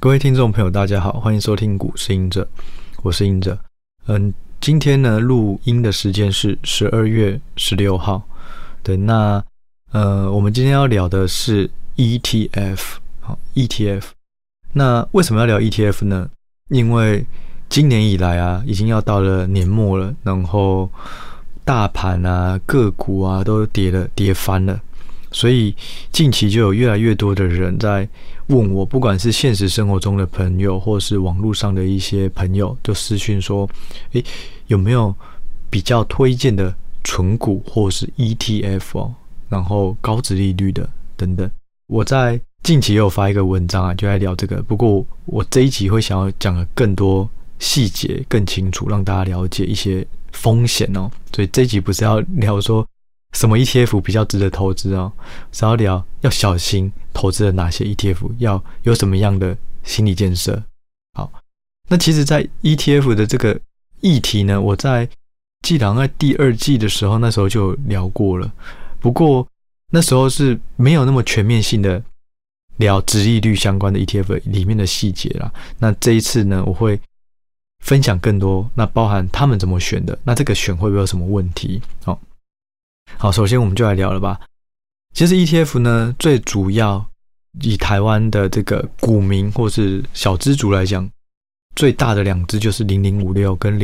各位听众朋友大家好，欢迎收听股市赢者，我是赢者。今天呢录音的时间是12月16号。对，那我们今天要聊的是 ETF。好 ，ETF。那为什么要聊 ETF 呢？因为今年以来啊，已经要到了年末了，然后大盘啊、个股啊都跌翻了。所以近期就有越来越多的人在问我，不管是现实生活中的朋友，或是网络上的一些朋友，就私讯说，有没有比较推荐的存股或是 ETF 哦，然后高殖利率的等等。我在近期也有发一个文章啊，就在聊这个。不过我这一集会想要讲的更多细节、更清楚，让大家了解一些风险哦。所以这一集不是要聊说什么 ETF 比较值得投资哦，是要聊要小心投资的哪些 ETF， 要有什么样的心理建设。好，那其实在 ETF 的这个议题呢，我记得在第2季的时候，那时候就有聊过了。不过那时候是没有那么全面性的聊殖利率相关的 ETF 里面的细节啦。那这一次呢，我会分享更多，那包含他们怎么选的，那这个选会不会有什么问题？好，首先我们就来聊了吧。其实 ETF 呢，最主要以台湾的这个股民或是小资族来讲，最大的2支就是0056跟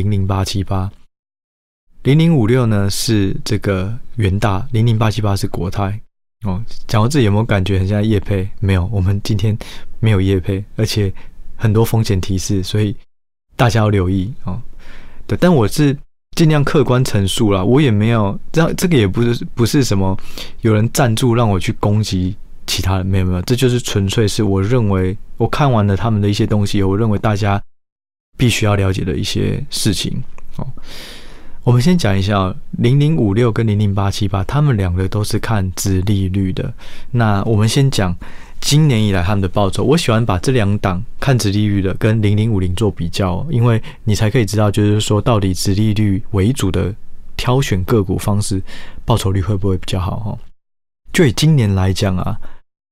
00878。0056呢是这个元大，00878是国泰。讲到这里有没有感觉很像业配？没有，我们今天没有业配，而且很多风险提示，所以大家要留意哦。对，但我是尽量客观陈述啦，我也没有这个也不是什么有人赞助让我去攻击其他人，没有，这就是纯粹是我认为我看完了他们的一些东西，我认为大家必须要了解的一些事情。我们先讲一下0056跟00878，他们两个都是看殖利率的。那我们先讲今年以来他们的报酬，我喜欢把这2档看殖利率的跟0050做比较，因为你才可以知道，就是说到底殖利率为主的挑选个股方式，报酬率会不会比较好。就以今年来讲啊，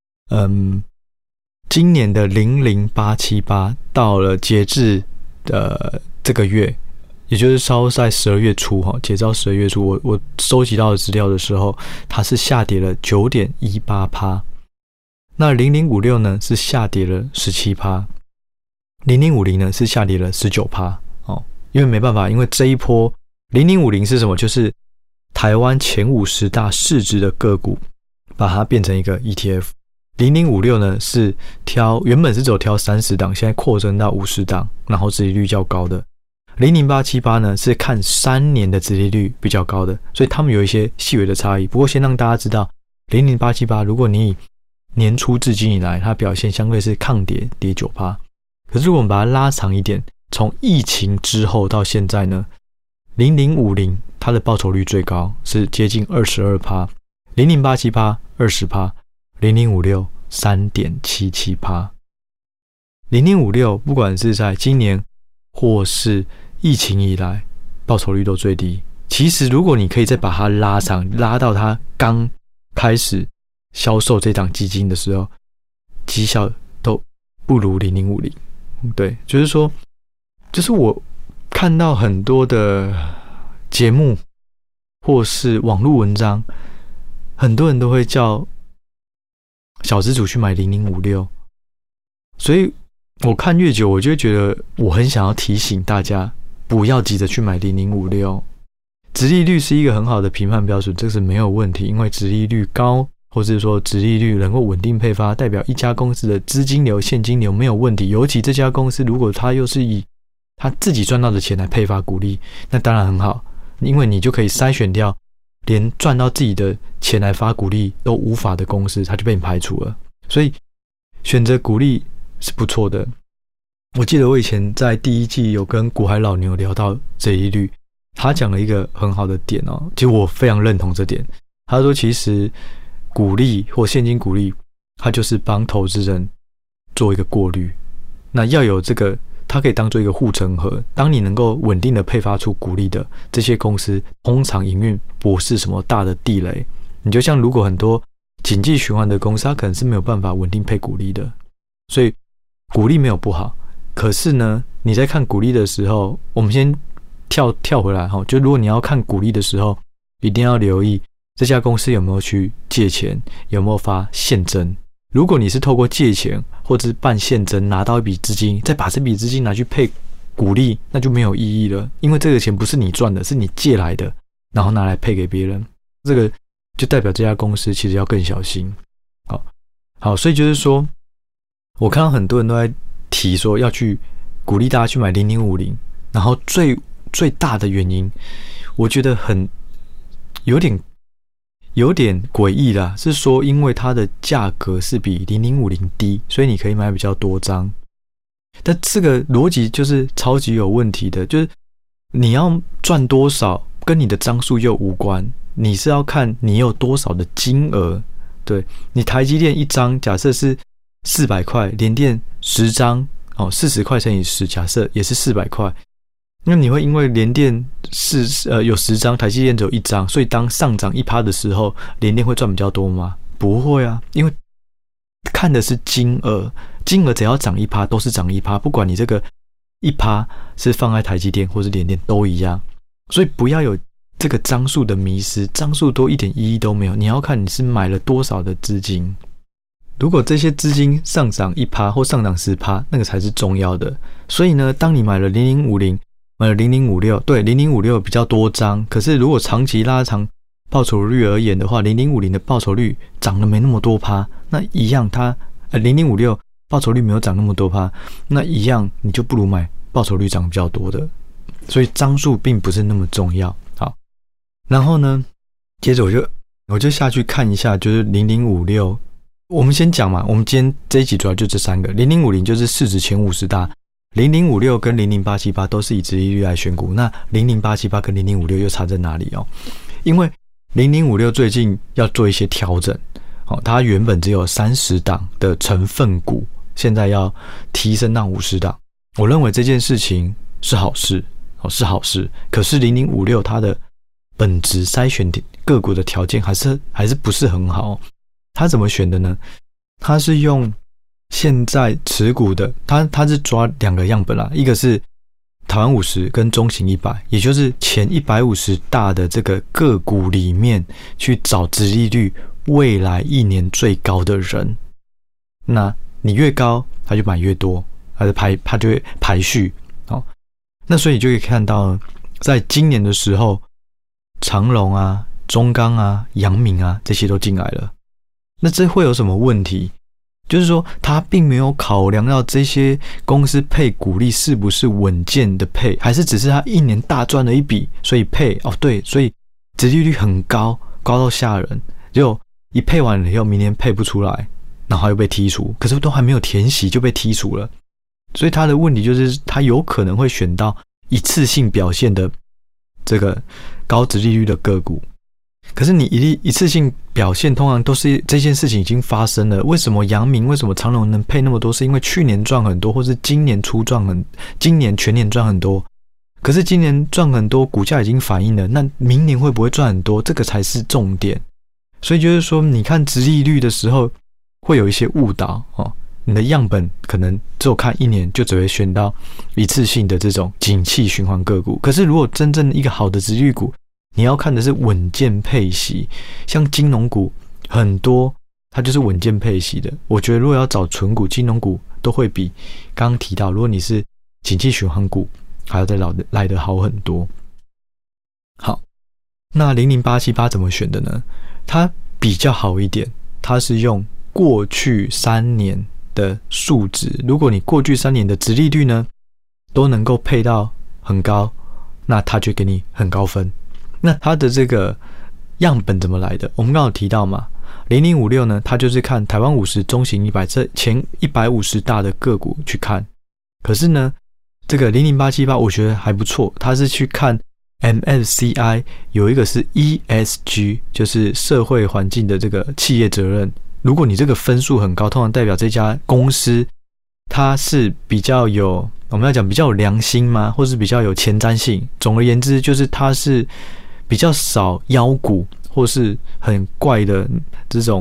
今年的00878到了截至这个月，也就是稍在12月初截至到12月初，我收集到的资料的时候，它是下跌了 9.18%。那0056呢是下跌了 17%，0050呢是下跌了 19%。因为没办法，因为这一波0050是什么？就是台湾前50大市值的个股，把它变成一个 ETF。0056呢是原本是只有挑30档，现在扩增到50档，然后殖利率较高的。00878呢是看3年的殖利率比较高的，所以他们有一些细微的差异。不过先让大家知道，00878如果你以年初至今以来，它表现相对是抗跌，跌 9%。可是如果我们把它拉长一点，从疫情之后到现在呢，0050它的报酬率最高，是接近 22%，00878 20%，0056 3.77%。0056不管是在今年或是疫情以来，报酬率都最低。其实如果你可以再把它拉长，拉到它刚开始销售这档基金的时候，绩效都不如0050。对，就是说，就是我看到很多的节目或是网络文章，很多人都会叫小资主去买0056，所以我看越久，我就会觉得我很想要提醒大家，不要急着去买0056。殖利率是一个很好的评判标准，这是没有问题，因为殖利率高，或是说殖利率能够稳定配发，代表一家公司的资金流、现金流没有问题。尤其这家公司如果它又是以它自己赚到的钱来配发股利，那当然很好，因为你就可以筛选掉连赚到自己的钱来发股利都无法的公司，它就被你排除了。所以选择股利是不错的。我记得我以前在第1季有跟股海老牛聊到殖利率，他讲了一个很好的点其实我非常认同这点。他说其实股利或现金股利，它就是帮投资人做一个过滤，那要有这个，它可以当做一个护城河。当你能够稳定的配发出股利的这些公司，通常营运不是什么大的地雷。你就像如果很多景气循环的公司，它可能是没有办法稳定配股利的。所以股利没有不好，可是呢，你在看股利的时候，我们先跳回来哈，就如果你要看股利的时候，一定要留意这家公司有没有去借钱，有没有发现增。如果你是透过借钱或者是办现增拿到一笔资金，再把这笔资金拿去配股利，那就没有意义了，因为这个钱不是你赚的，是你借来的，然后拿来配给别人，这个就代表这家公司其实要更小心。好，所以就是说，我看到很多人都在提说要去鼓励大家去买0050，然后最大的原因，我觉得有点诡异啦，是说因为它的价格是比0050低，所以你可以买比较多张。但这个逻辑就是超级有问题的，就是你要赚多少跟你的张数又无关，你是要看你有多少的金额。对，你台积电一张假设是400块，联电10张40块乘以10，假设也是400块。那你会因为联电有10张，台积电只有1张，所以当上涨 1% 的时候，联电会赚比较多吗？不会啊，因为看的是金额，金额只要涨 1% 都是涨 1%， 不管你这个 1% 是放在台积电或是联电都一样，所以不要有这个张数的迷失，张数多一点意义都没有，你要看你是买了多少的资金。如果这些资金上涨 1% 或上涨 10%， 那个才是重要的。所以呢，当你买了0050，买了0056，对，0056比较多张，可是如果长期拉长报酬率而言的话，0050的报酬率涨了没那么多%，那一样0056报酬率没有涨那么多%，那一样你就不如买报酬率涨比较多的。所以张数并不是那么重要。好，然后呢，接着我就下去看一下，就是0056。我们先讲嘛，我们今天这一集主要就这3个，0050就是市值前50大，0056跟00878都是以殖利率来选股，那00878跟0056又差在哪里哦？因为0056最近要做一些调整，它原本只有30档的成分股，现在要提升到50档。我认为这件事情是好事，是好事。可是0056它的本质筛选个股的条件还是不是很好。他怎么选的呢？他是用现在持股的，他是抓2个样本啦，一个是台湾50跟中型100，也就是前150大的这个个股里面去找殖利率未来1年最高的人。那你越高，他就买越多，他就会排序。那所以就可以看到，在今年的时候，长荣啊、中钢啊、阳明啊这些都进来了。那这会有什么问题？就是说他并没有考量到这些公司配股利是不是稳健的配，还是只是他1年大赚了一笔所以配。对，所以殖利率很高，高到吓人，结果一配完了以后明年配不出来，然后又被剔除，可是都还没有填息就被剔除了。所以他的问题就是他有可能会选到一次性表现的这个高殖利率的个股。可是你一次性表现通常都是这件事情已经发生了。为什么阳明、为什么长荣能配那么多？是因为去年赚很多，或是今年全年赚很多。可是今年赚很多，股价已经反映了，那明年会不会赚很多？这个才是重点。所以就是说，你看殖利率的时候会有一些误导哦。你的样本可能只有看1年，就只会选到一次性的这种景气循环个股。可是如果真正一个好的殖利率股，你要看的是稳健配息，像金融股很多，它就是稳健配息的。我觉得如果要找纯股，金融股都会比刚刚提到，如果你是景气循环股，还要再来得好很多。好，那00878怎么选的呢？它比较好一点，它是用过去3年的数值。如果你过去3年的殖利率呢都能够配到很高，那它就给你很高分。那它的这个样本怎么来的？我们刚刚有提到嘛，0056呢，它就是看台湾50、中型100这前150大的个股去看。可是呢，这个00878我觉得还不错，它是去看 MSCI 有一个是 ESG， 就是社会环境的这个企业责任。如果你这个分数很高，通常代表这家公司它是比较有，我们要讲比较有良心吗？或是比较有前瞻性。总而言之，就是它是比较少妖股或是很怪的这种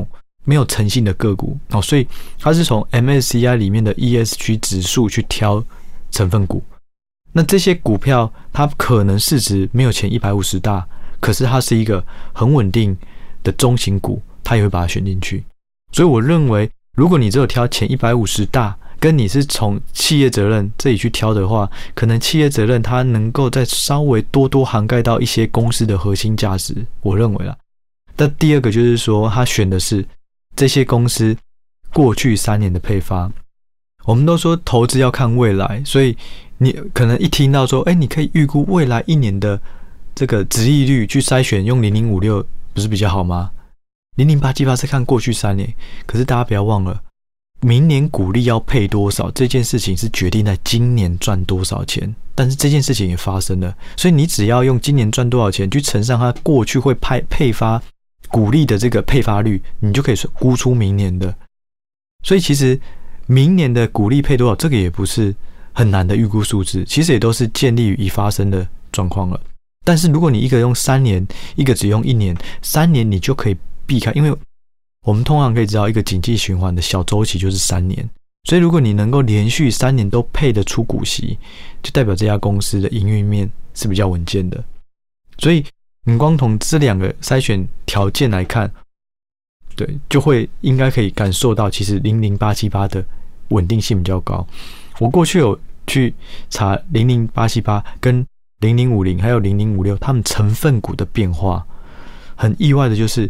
没有诚信的个股哦，所以它是从 MSCI 里面的 ESG 指数去挑成分股。那这些股票它可能市值没有前150大，可是它是一个很稳定的中型股，它也会把它选进去。所以我认为，如果你只有挑前150大，跟你是从企业责任这里去挑的话，可能企业责任它能够再稍微多涵盖到一些公司的核心价值，我认为啦。但第二个就是说，他选的是这些公司过去3年的配发。我们都说投资要看未来，所以你可能一听到说，你可以预估未来1年的这个殖利率去筛选，用0056不是比较好吗？0087是看过去3年，可是大家不要忘了，明年股利要配多少这件事情是决定在今年赚多少钱，但是这件事情也发生了，所以你只要用今年赚多少钱去乘上它过去会配发股利的这个配发率，你就可以估出明年的。所以其实明年的股利配多少，这个也不是很难的预估数字，其实也都是建立于已发生的状况了。但是如果你一个用3年，一个只用1年，3年你就可以避开，因为我们通常可以知道一个景气循环的小周期就是3年，所以如果你能够连续3年都配得出股息，就代表这家公司的营运面是比较稳健的。所以你光从这2个筛选条件来看，对，就会应该可以感受到其实00878的稳定性比较高。我过去有去查00878跟0050还有0056他们成分股的变化，很意外的就是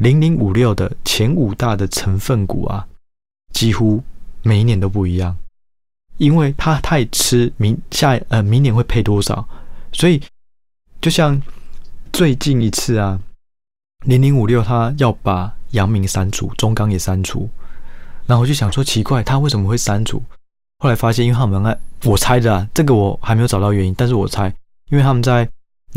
0056的前5大的成分股啊，几乎每一年都不一样，因为它太吃明年会配多少，所以就像最近一次啊，0056它要把阳明删除，中钢也删除，然后我就想说奇怪，它为什么会删除？后来发现，因为他们我猜的啊，这个我还没有找到原因，但是我猜，因为他们在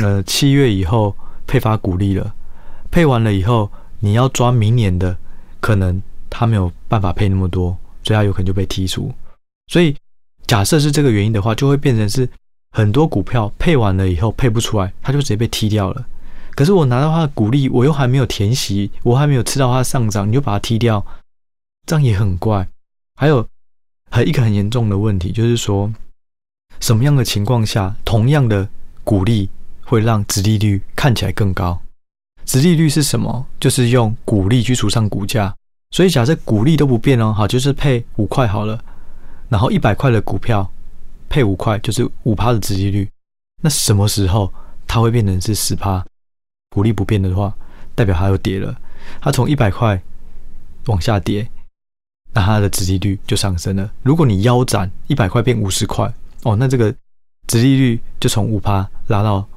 7月以后配发股利了，配完了以后，你要抓明年的，可能他没有办法配那么多，所以他有可能就被剔除。所以假设是这个原因的话，就会变成是很多股票配完了以后配不出来，它就直接被踢掉了。可是我拿到它的股利，我又还没有填息，我还没有吃到它的上涨，你就把它踢掉，这样也很怪。还有一个很严重的问题，就是说什么样的情况下，同样的股利会让殖利率看起来更高？殖利率是什么？就是用股利去除上股价。所以假设股利都不变哦，好，就是配5块好了，然后100块的股票配5块，就是 5% 的殖利率。那什么时候它会变成是 10%？ 股利不变的话，代表它又跌了。它从100块往下跌，那它的殖利率就上升了。如果你腰斩100块变50块，那这个殖利率就从 5% 拉到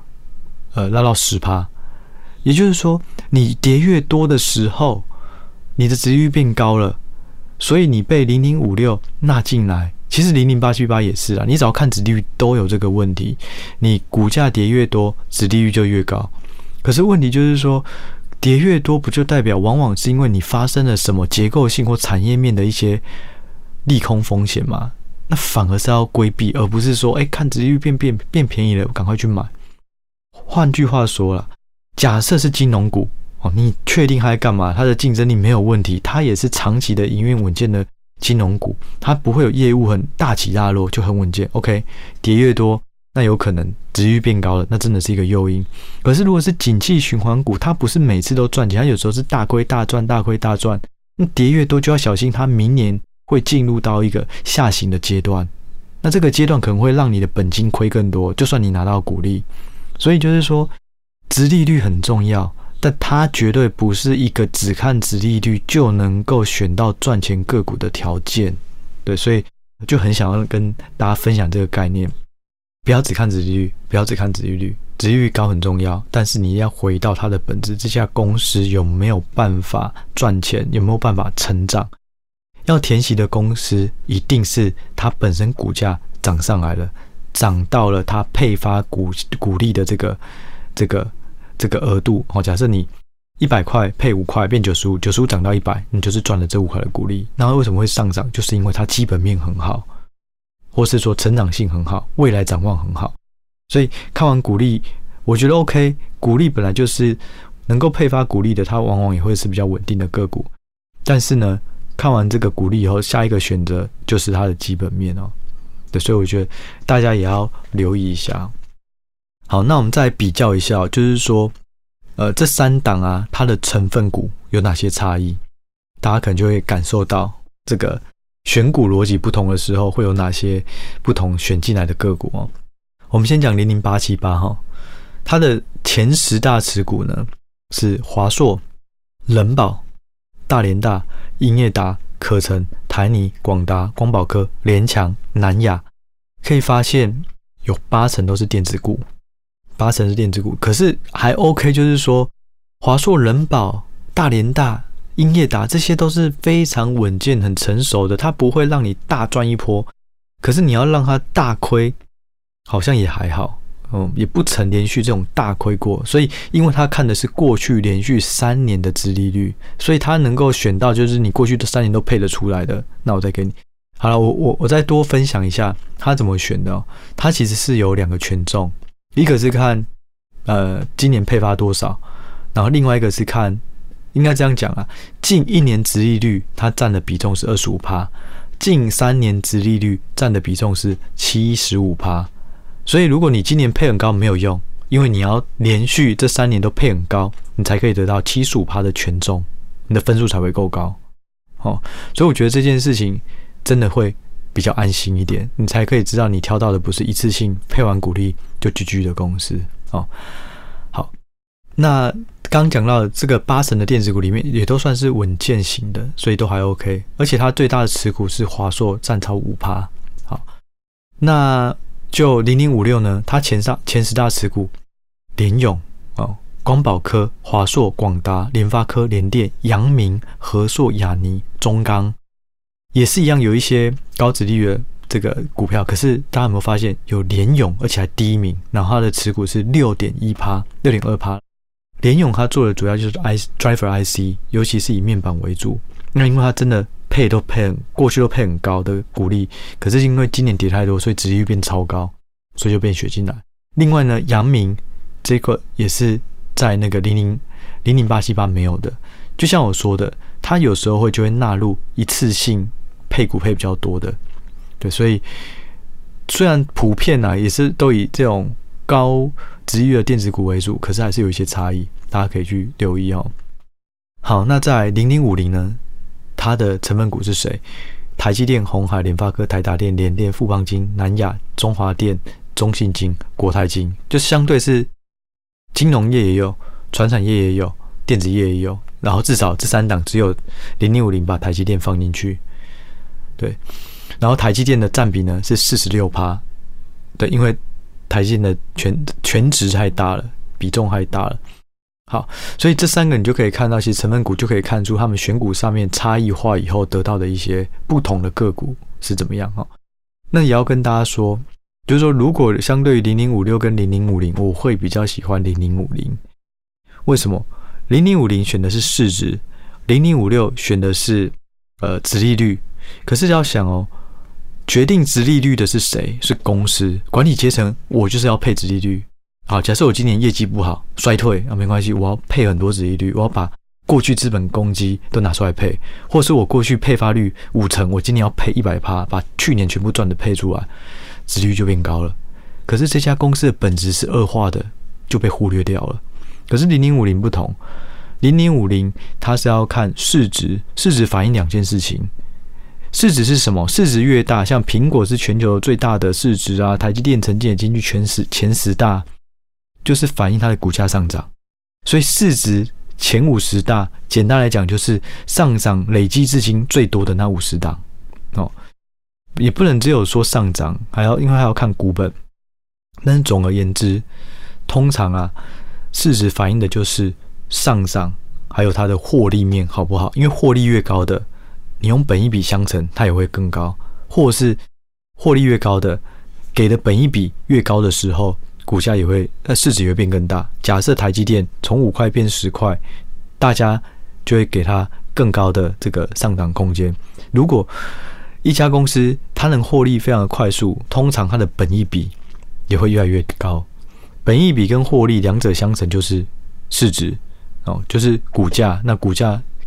10%。也就是说，你跌越多的时候，你的殖利率变高了，所以你被0056纳进来。其实00878也是啦，你只要看殖利率都有这个问题。你股价跌越多，殖利率就越高。可是问题就是说，跌越多不就代表往往是因为你发生了什么结构性或产业面的一些利空风险吗？那反而是要规避，而不是说看殖利率变便宜了，赶快去买。换句话说啦，假设是金融股你确定它在干嘛？它的竞争力没有问题，它也是长期的营运稳健的金融股，它不会有业务很大起大落，就很稳健。OK， 跌越多，那有可能殖利率变高了，那真的是一个诱因。可是如果是景气循环股，它不是每次都赚钱，它有时候是大亏大赚，大亏大赚。那跌越多就要小心，它明年会进入到一个下行的阶段。那这个阶段可能会让你的本金亏更多，就算你拿到股利。所以就是说，殖利率很重要，但它绝对不是一个只看殖利率就能够选到赚钱个股的条件。对，所以就很想要跟大家分享这个概念，不要只看殖利率，不要只看殖利率，殖利率高很重要，但是你要回到它的本质，这家公司有没有办法赚钱，有没有办法成长。要填息的公司，一定是它本身股价涨上来了，涨到了它配发股利的这个额度。假设你100块配5块变95， 95涨到100，你就是赚了这5块的股利。那为什么会上涨？就是因为它基本面很好，或是说成长性很好，未来展望很好。所以看完股利，我觉得 OK， 股利本来就是能够配发股利的，它往往也会是比较稳定的个股。 但是呢，看完这个股利以后，下一个选择就是它的基本面哦。对，所以我觉得大家也要留意一下。好，那我们再来比较一下，就是说，这3档啊，它的成分股有哪些差异？大家可能就会感受到这个选股逻辑不同的时候，会有哪些不同选进来的个股哦。我们先讲00878哈，它的前10大持股呢是华硕、人保、大联大、英业达、可成、台泥、广达、光宝科、联强、南亚。可以发现有80%都是电子股，80%是电子股，可是还 OK， 就是说华硕、人保、大联大、英业达这些都是非常稳健、很成熟的，它不会让你大赚一波。可是你要让它大亏，好像也还好，也不曾连续这种大亏过。所以，因为它看的是过去连续3年的殖利率，所以它能够选到就是你过去的3年都配得出来的。那我再给你。好了，我再多分享一下他怎么选的哦。他其实是有2个权重，一个是看今年配发多少，然后另外一个是看，应该这样讲啊，近1年殖利率它占的比重是 25%， 近3年殖利率占的比重是 75%。所以如果你今年配很高没有用，因为你要连续这3年都配很高，你才可以得到 75% 的权重，你的分数才会够高。所以我觉得这件事情真的会比较安心一点，你才可以知道你挑到的不是一次性配完股利就 GG 的公司哦。好，那刚讲到的这个80%的电子股里面也都算是稳健型的，所以都还 OK， 而且它最大的持股是华硕，占超 5%。好，那就0056呢，它前10大持股联咏、光宝科、华硕、广达、联发科、联电、阳明、和硕、亚泥、中钢，也是一样有一些高殖利率的这个股票，可是大家有没有发现有联咏，而且还第1名，然后它的持股是 6.1%、6.2%。联咏它做的主要就是 Driver IC， 尤其是以面板为主。那因为它真的过去都配很高的股利，可是因为今年跌太多，所以殖利率变超高，所以就变血进来。另外呢，阳明这个也是在那个00878没有的，就像我说的，它有时候就会纳入一次性配股配比较多的，对，所以虽然普遍也是都以这种高殖利率的电子股为主，可是还是有一些差异，大家可以去留意哦。好，那在0050呢，它的成分股是谁？台积电、鸿海、联发科、台达电、联电、富邦金、南亚、中华电、中信金、国泰金，就相对是金融业也有，传产业也有，电子业也有，然后至少这3档只有0050把台积电放进去，对，然后台积电的占比呢是 46%， 对，因为台积电的全值太大了，比重太大了。好，所以这3个你就可以看到，其实成分股就可以看出他们选股上面差异化以后得到的一些不同的个股是怎么样。那也要跟大家说，就是说如果相对于0056跟0050，我会比较喜欢0050。为什么？0050选的是市值，0056选的是殖利率。可是要想哦，决定殖利率的是谁？是公司管理阶层，我就是要配殖利率。好，假设我今年业绩不好，衰退没关系，我要配很多殖利率，我要把过去资本公积都拿出来配，或是我过去配发率50%，我今年要配 100%， 把去年全部赚的配出来，殖利率就变高了。可是这家公司的本质是恶化的，就被忽略掉了。可是0050不同，0050它是要看市值，市值反映2件事情。市值是什么？市值越大，像苹果是全球最大的市值啊，台积电曾经也进去前10大，就是反映它的股价上涨。所以市值前50大，简单来讲就是上涨累积至今最多的那50档也不能只有说上涨，因为还要看股本。但是总而言之，通常市值反映的就是上涨，还有它的获利面好不好？因为获利越高的，你用本益比相乘，它也会更高；或是获利越高的，给的本益比越高的时候，股价也会市值也会变更大。假设台积电从5块变10块，大家就会给它更高的这个上涨空间。如果一家公司它能获利非常的快速，通常它的本益比也会越来越高。本益比跟获利两者相乘就是市值就是股价，那股价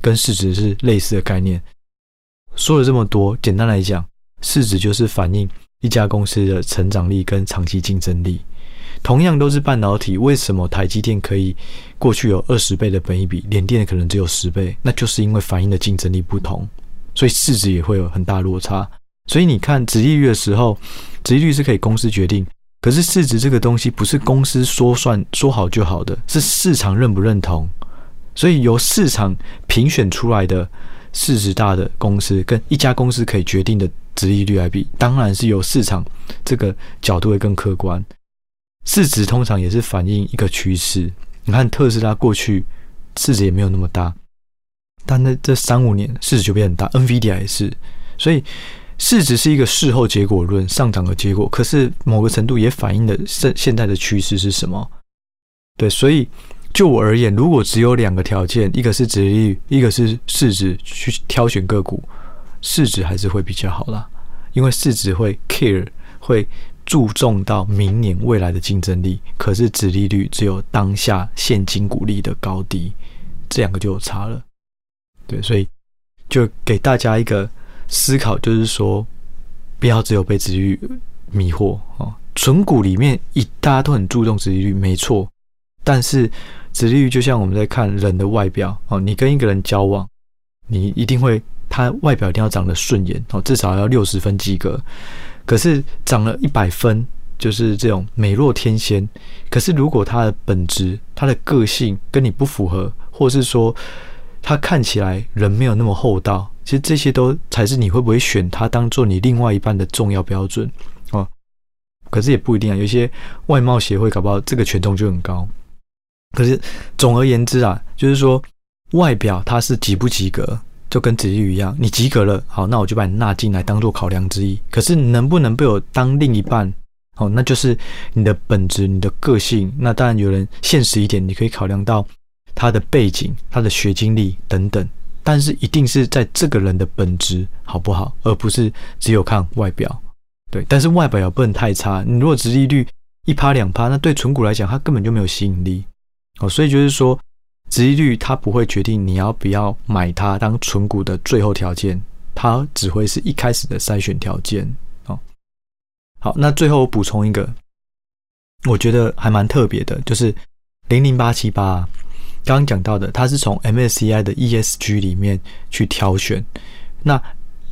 跟市值是类似的概念。说了这么多，简单来讲，市值就是反映一家公司的成长力跟长期竞争力。同样都是半导体，为什么台积电可以过去有20倍的本益比，联电可能只有10倍？那就是因为反映的竞争力不同，所以市值也会有很大落差。所以你看殖利率的时候，殖利率是可以公司决定，可是市值这个东西不是公司说好就好的，是市场认不认同。所以由市场评选出来的市值大的公司跟一家公司可以决定的殖利率来比，当然是由市场这个角度会更客观。市值通常也是反映一个趋势，你看特斯拉过去市值也没有那么大，但在这3-5年市值就变很大， NVIDIA 也是。所以市值是一个事后结果论，上涨的结果，可是某个程度也反映了现在的趋势是什么。对，所以就我而言，如果只有2个条件，一个是殖利率，一个是市值，去挑选个股，市值还是会比较好啦，因为市值会 care， 会注重到明年未来的竞争力，可是殖利率只有当下现金股利的高低，这2个就有差了。对，所以就给大家一个思考，就是说不要只有被殖利率迷惑哦。存股里面大家都很注重殖利率，没错，但是殖利率就像我们在看人的外表哦，你跟一个人交往，你一定会他外表一定要长得顺眼哦，至少要60分及格。可是长了100分，就是这种美若天仙。可是如果他的本质、他的个性跟你不符合，或是说他看起来人没有那么厚道，其实这些都才是你会不会选他当做你另外一半的重要标准哦。可是也不一定啊，有些外貌协会搞不好这个权重就很高。可是总而言之啊，就是说外表他是及不及格，就跟殖利率一样，你及格了，好，那我就把你纳进来当做考量之一。可是能不能被我当另一半，好，那就是你的本质、你的个性。那当然有人现实一点，你可以考量到他的背景、他的学经历等等，但是一定是在这个人的本质好不好，而不是只有看外表。对，但是外表也不能太差。你如果殖利率1%、2%，那对存股来讲，它根本就没有吸引力。所以就是说，殖利率它不会决定你要不要买它当存股的最后条件，它只会是一开始的筛选条件。好，那最后我补充一个，我觉得还蛮特别的，就是00878，刚刚讲到的，它是从 MSCI 的 ESG 里面去挑选。那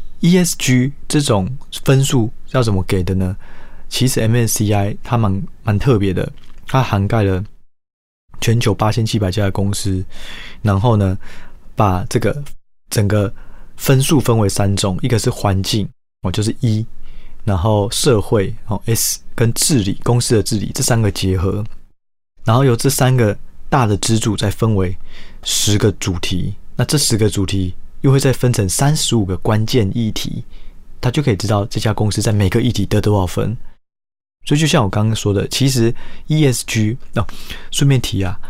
ESG 这种分数要怎么给的呢？其实 MSCI 它蛮特别的，它涵盖了全球8700家的公司，然后呢，把这个整个分数分为3种，一个是环境就是 E， 然后社会S 跟治理，公司的治理，这3个结合，然后由这3个大的支柱再分为10个主题，那这10个主题又会再分成35个关键议题，他就可以知道这家公司在每个议题得多少分。所以就像我刚刚说的，其实 ESG 顺便提啊，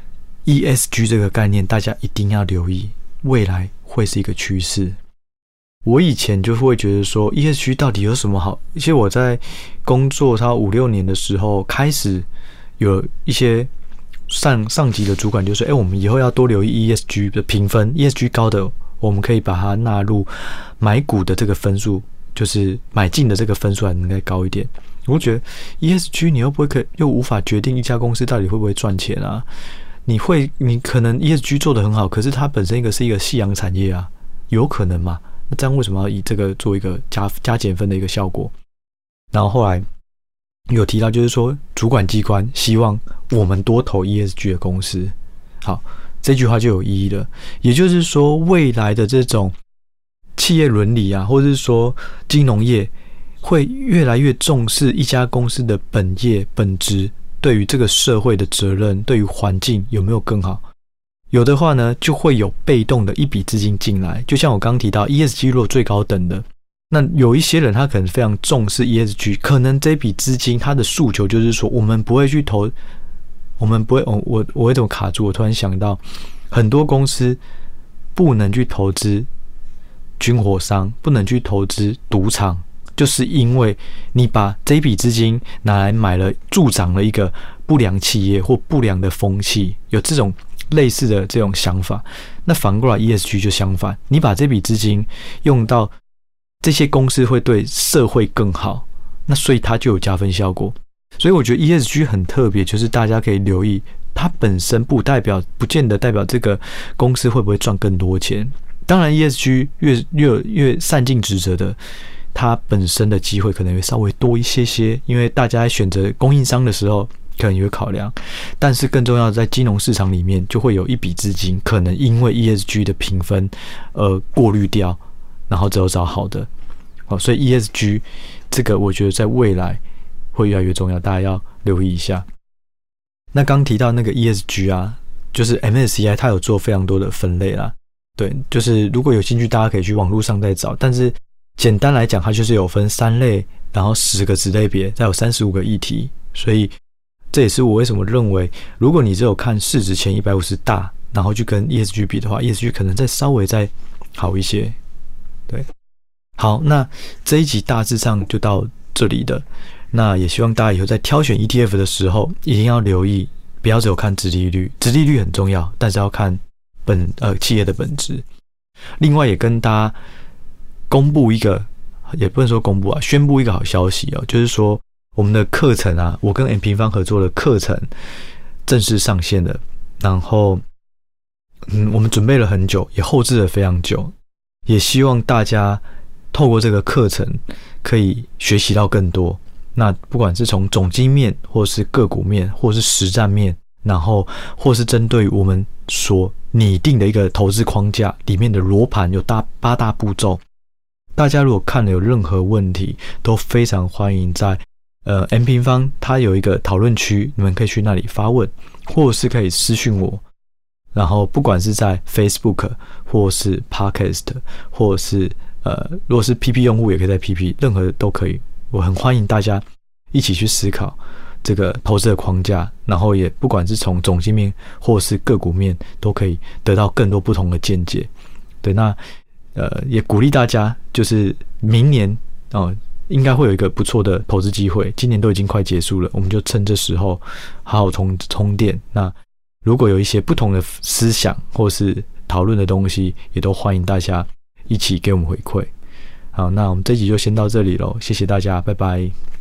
ESG 这个概念大家一定要留意，未来会是一个趋势。我以前就会觉得说 ESG 到底有什么好，其实我在工作差不多5-6年的时候，开始有一些上级的主管就说我们以后要多留意 ESG 的评分， ESG 高的我们可以把它纳入买股的这个分数，就是买进的这个分数还能再高一点。我觉得 ESG 你又不会又无法决定一家公司到底会不会赚钱啊？你可能 ESG 做得很好，可是它本身是一个夕阳产业啊，有可能嘛？那这样为什么要以这个做一个加减分的一个效果？然后后来有提到，就是说主管机关希望我们多投 ESG 的公司。好，这句话就有意义了。也就是说，未来的这种企业伦理啊，或者是说金融业，会越来越重视一家公司的本业本质对于这个社会的责任，对于环境有没有更好。有的话呢，就会有被动的一笔资金进来。就像我刚刚提到 ESG 如果最高等的，那有一些人他可能非常重视 ESG， 可能这笔资金他的诉求就是说，我们不会去投，我们不会我为什么卡住？我突然想到，很多公司不能去投资军火商，不能去投资赌场，就是因为你把这笔资金拿来助长了一个不良企业或不良的风气，有这种类似的这种想法。那反过来 ESG 就相反，你把这笔资金用到这些公司会对社会更好，那所以它就有加分效果。所以我觉得 ESG 很特别，就是大家可以留意，它本身不见得代表这个公司会不会赚更多钱。当然 ESG 越善尽职责的，它本身的机会可能会稍微多一些，因为大家在选择供应商的时候可能也会考量。但是更重要的，在金融市场里面就会有一笔资金可能因为 ESG 的评分过滤掉，然后只有找好的。所以 ESG 这个我觉得在未来会越来越重要，大家要留意一下。那刚提到那个 ESG 啊，就是 MSCI 它有做非常多的分类啦。对，就是如果有兴趣，大家可以去网络上再找。但是简单来讲，它就是有分3类，然后10个子类别，再有35个议题。所以这也是我为什么认为，如果你只有看市值前150大，然后去跟 ESG 比的话， ESG 可能稍微再好一些。对，好，那这一集大致上就到这里的。那也希望大家以后在挑选 ETF 的时候，一定要留意，不要只有看殖利率，殖利率很重要，但是要看企业的本质。另外也跟大家公布一个，也不能说公布啊，宣布一个好消息哦，就是说我们的课程啊，我跟 M 平方合作的课程正式上线了。然后我们准备了很久，也后置了非常久，也希望大家透过这个课程可以学习到更多。那不管是从总经面，或是个股面，或是实战面，然后或是针对我们所拟定的一个投资框架里面的罗盘有8大步骤，大家如果看了有任何问题，都非常欢迎在M 平方它有一个讨论区，你们可以去那里发问，或者是可以私讯我。然后不管是在 Facebook 或是 Podcast 或者是如果是 PP 用户也可以在 PP， 任何都可以。我很欢迎大家一起去思考这个投资的框架，然后也不管是从总经面或是个股面，都可以得到更多不同的见解。对，那也鼓励大家，就是明年应该会有一个不错的投资机会。今年都已经快结束了，我们就趁这时候好好充电。那如果有一些不同的思想或是讨论的东西，也都欢迎大家一起给我们回馈。好，那我们这集就先到这里咯，谢谢大家，拜拜。